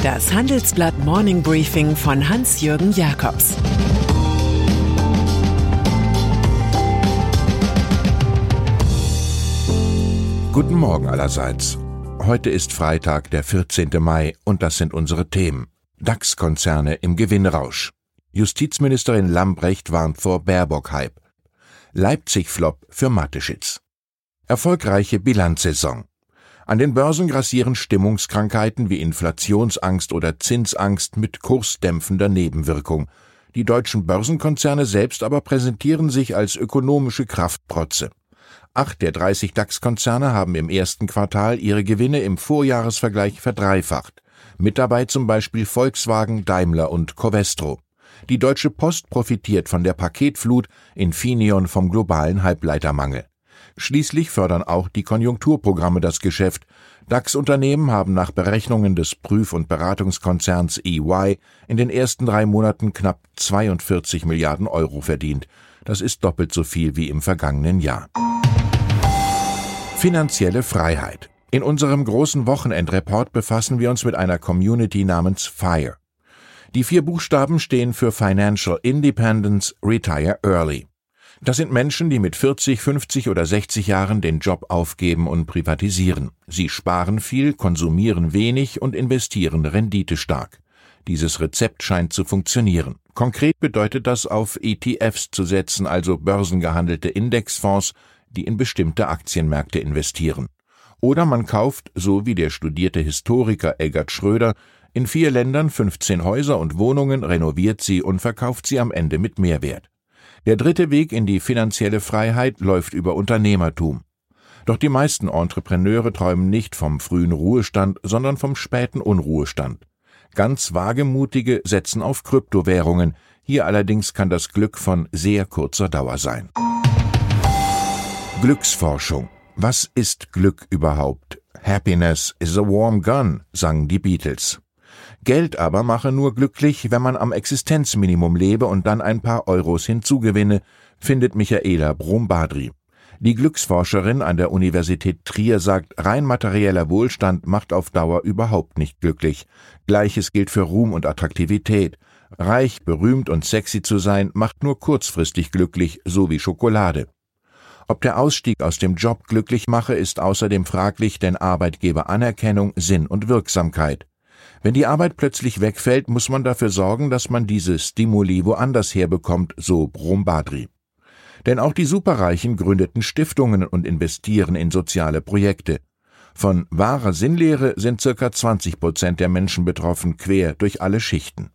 Das Handelsblatt Morning Briefing von Hans-Jürgen Jakobs. Guten Morgen allerseits. Heute ist Freitag, der 14. Mai, und das sind unsere Themen. DAX-Konzerne im Gewinnrausch. Justizministerin Lambrecht warnt vor Baerbock-Hype. Leipzig-Flop für Mateschitz. Erfolgreiche Bilanzsaison. An den Börsen grassieren Stimmungskrankheiten wie Inflationsangst oder Zinsangst mit kursdämpfender Nebenwirkung. Die deutschen Börsenkonzerne selbst aber präsentieren sich als ökonomische Kraftprotze. 8 der 30 DAX-Konzerne haben im ersten Quartal ihre Gewinne im Vorjahresvergleich verdreifacht. Mit dabei zum Beispiel Volkswagen, Daimler und Covestro. Die Deutsche Post profitiert von der Paketflut, Infineon vom globalen Halbleitermangel. Schließlich fördern auch die Konjunkturprogramme das Geschäft. DAX-Unternehmen haben nach Berechnungen des Prüf- und Beratungskonzerns EY in den ersten 3 Monaten knapp 42 Milliarden Euro verdient. Das ist doppelt so viel wie im vergangenen Jahr. Finanzielle Freiheit. In unserem großen Wochenendreport befassen wir uns mit einer Community namens FIRE. Die 4 Buchstaben stehen für Financial Independence, Retire Early. Das sind Menschen, die mit 40, 50 oder 60 Jahren den Job aufgeben und privatisieren. Sie sparen viel, konsumieren wenig und investieren renditestark. Dieses Rezept scheint zu funktionieren. Konkret bedeutet das, auf ETFs zu setzen, also börsengehandelte Indexfonds, die in bestimmte Aktienmärkte investieren. Oder man kauft, so wie der studierte Historiker Eggert Schröder, in 4 Ländern 15 Häuser und Wohnungen, renoviert sie und verkauft sie am Ende mit Mehrwert. Der dritte Weg in die finanzielle Freiheit läuft über Unternehmertum. Doch die meisten Entrepreneure träumen nicht vom frühen Ruhestand, sondern vom späten Unruhestand. Ganz Wagemutige setzen auf Kryptowährungen. Hier allerdings kann das Glück von sehr kurzer Dauer sein. Glücksforschung. Was ist Glück überhaupt? Happiness is a warm gun, sangen die Beatles. Geld aber mache nur glücklich, wenn man am Existenzminimum lebe und dann ein paar Euros hinzugewinne, findet Michaela Brum-Badri. Die Glücksforscherin an der Universität Trier sagt, rein materieller Wohlstand macht auf Dauer überhaupt nicht glücklich. Gleiches gilt für Ruhm und Attraktivität. Reich, berühmt und sexy zu sein, macht nur kurzfristig glücklich, so wie Schokolade. Ob der Ausstieg aus dem Job glücklich mache, ist außerdem fraglich, denn Arbeitgeber Anerkennung, Sinn und Wirksamkeit. Wenn die Arbeit plötzlich wegfällt, muss man dafür sorgen, dass man diese Stimuli woanders herbekommt, so Brum-Badri. Denn auch die Superreichen gründeten Stiftungen und investieren in soziale Projekte. Von wahrer Sinnlehre sind ca. 20% der Menschen betroffen, quer durch alle Schichten.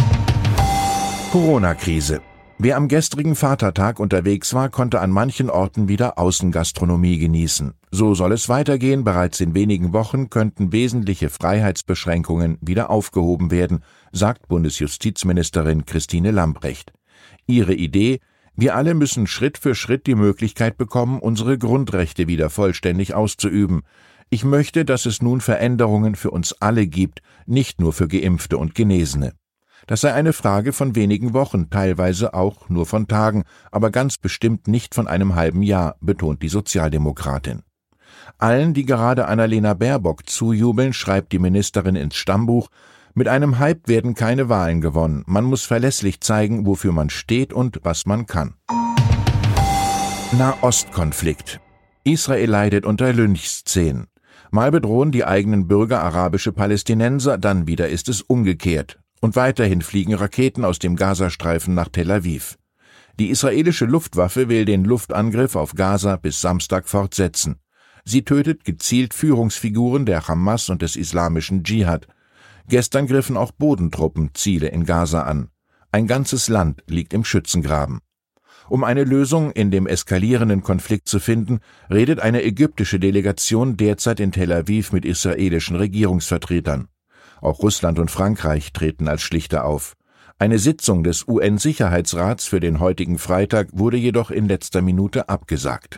Corona-Krise. Wer am gestrigen Vatertag unterwegs war, konnte an manchen Orten wieder Außengastronomie genießen. So soll es weitergehen. Bereits in wenigen Wochen könnten wesentliche Freiheitsbeschränkungen wieder aufgehoben werden, sagt Bundesjustizministerin Christine Lambrecht. Ihre Idee: Wir alle müssen Schritt für Schritt die Möglichkeit bekommen, unsere Grundrechte wieder vollständig auszuüben. Ich möchte, dass es nun Veränderungen für uns alle gibt, nicht nur für Geimpfte und Genesene. Das sei eine Frage von wenigen Wochen, teilweise auch nur von Tagen, aber ganz bestimmt nicht von einem halben Jahr, betont die Sozialdemokratin. Allen, die gerade Annalena Baerbock zujubeln, schreibt die Ministerin ins Stammbuch, mit einem Hype werden keine Wahlen gewonnen. Man muss verlässlich zeigen, wofür man steht und was man kann. Nahostkonflikt. Israel leidet unter Lynchszenen. Mal bedrohen die eigenen Bürger arabische Palästinenser, dann wieder ist es umgekehrt. Und weiterhin fliegen Raketen aus dem Gazastreifen nach Tel Aviv. Die israelische Luftwaffe will den Luftangriff auf Gaza bis Samstag fortsetzen. Sie tötet gezielt Führungsfiguren der Hamas und des islamischen Dschihad. Gestern griffen auch Bodentruppen Ziele in Gaza an. Ein ganzes Land liegt im Schützengraben. Um eine Lösung in dem eskalierenden Konflikt zu finden, redet eine ägyptische Delegation derzeit in Tel Aviv mit israelischen Regierungsvertretern. Auch Russland und Frankreich treten als Schlichter auf. Eine Sitzung des UN-Sicherheitsrats für den heutigen Freitag wurde jedoch in letzter Minute abgesagt.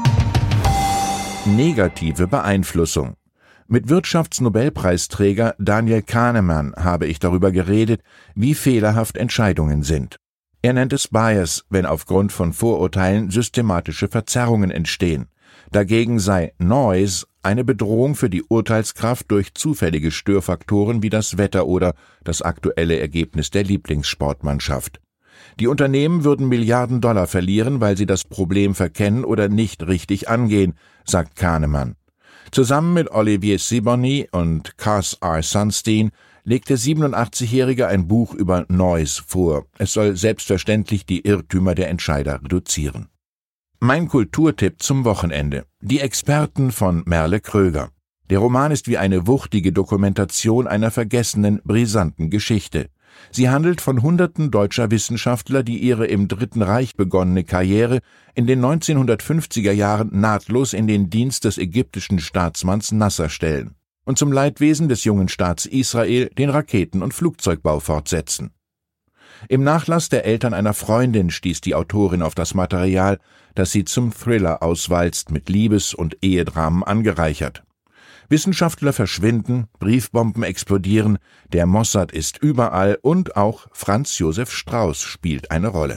Negative Beeinflussung. Mit Wirtschaftsnobelpreisträger Daniel Kahneman habe ich darüber geredet, wie fehlerhaft Entscheidungen sind. Er nennt es Bias, wenn aufgrund von Vorurteilen systematische Verzerrungen entstehen. Dagegen sei Noise eine Bedrohung für die Urteilskraft durch zufällige Störfaktoren wie das Wetter oder das aktuelle Ergebnis der Lieblingssportmannschaft. Die Unternehmen würden Milliarden Dollar verlieren, weil sie das Problem verkennen oder nicht richtig angehen, sagt Kahnemann. Zusammen mit Olivier Sibony und Cass R. Sunstein legt der 87-Jährige ein Buch über Noise vor. Es soll selbstverständlich die Irrtümer der Entscheider reduzieren. Mein Kulturtipp zum Wochenende: Die Experten von Merle Kröger. Der Roman ist wie eine wuchtige Dokumentation einer vergessenen, brisanten Geschichte. Sie handelt von Hunderten deutscher Wissenschaftler, die ihre im Dritten Reich begonnene Karriere in den 1950er Jahren nahtlos in den Dienst des ägyptischen Staatsmanns Nasser stellen und zum Leidwesen des jungen Staats Israel den Raketen- und Flugzeugbau fortsetzen. Im Nachlass der Eltern einer Freundin stieß die Autorin auf das Material, das sie zum Thriller auswalzt, mit Liebes- und Ehedramen angereichert. Wissenschaftler verschwinden, Briefbomben explodieren, der Mossad ist überall und auch Franz Josef Strauß spielt eine Rolle.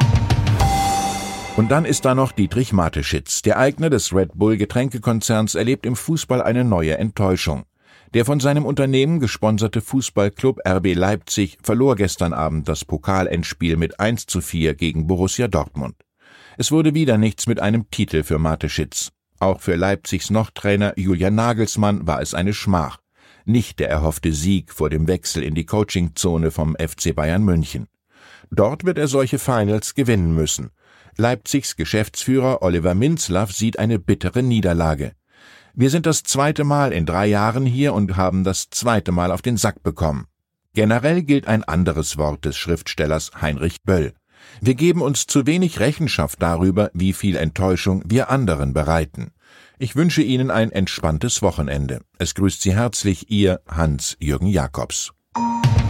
Und dann ist da noch Dietrich Mateschitz. Der Eigner des Red Bull Getränkekonzerns erlebt im Fußball eine neue Enttäuschung. Der von seinem Unternehmen gesponserte Fußballclub RB Leipzig verlor gestern Abend das Pokalendspiel mit 1:4 gegen Borussia Dortmund. Es wurde wieder nichts mit einem Titel für Mateschitz. Auch für Leipzigs Noch-Trainer Julian Nagelsmann war es eine Schmach. Nicht der erhoffte Sieg vor dem Wechsel in die Coachingzone vom FC Bayern München. Dort wird er solche Finals gewinnen müssen. Leipzigs Geschäftsführer Oliver Minzlaff sieht eine bittere Niederlage. Wir sind das 2. Mal in 3 Jahren hier und haben das 2. Mal auf den Sack bekommen. Generell gilt ein anderes Wort des Schriftstellers Heinrich Böll. Wir geben uns zu wenig Rechenschaft darüber, wie viel Enttäuschung wir anderen bereiten. Ich wünsche Ihnen ein entspanntes Wochenende. Es grüßt Sie herzlich Ihr Hans-Jürgen Jakobs.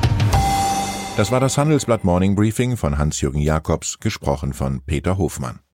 Das war das Handelsblatt Morning Briefing von Hans-Jürgen Jakobs, gesprochen von Peter Hofmann.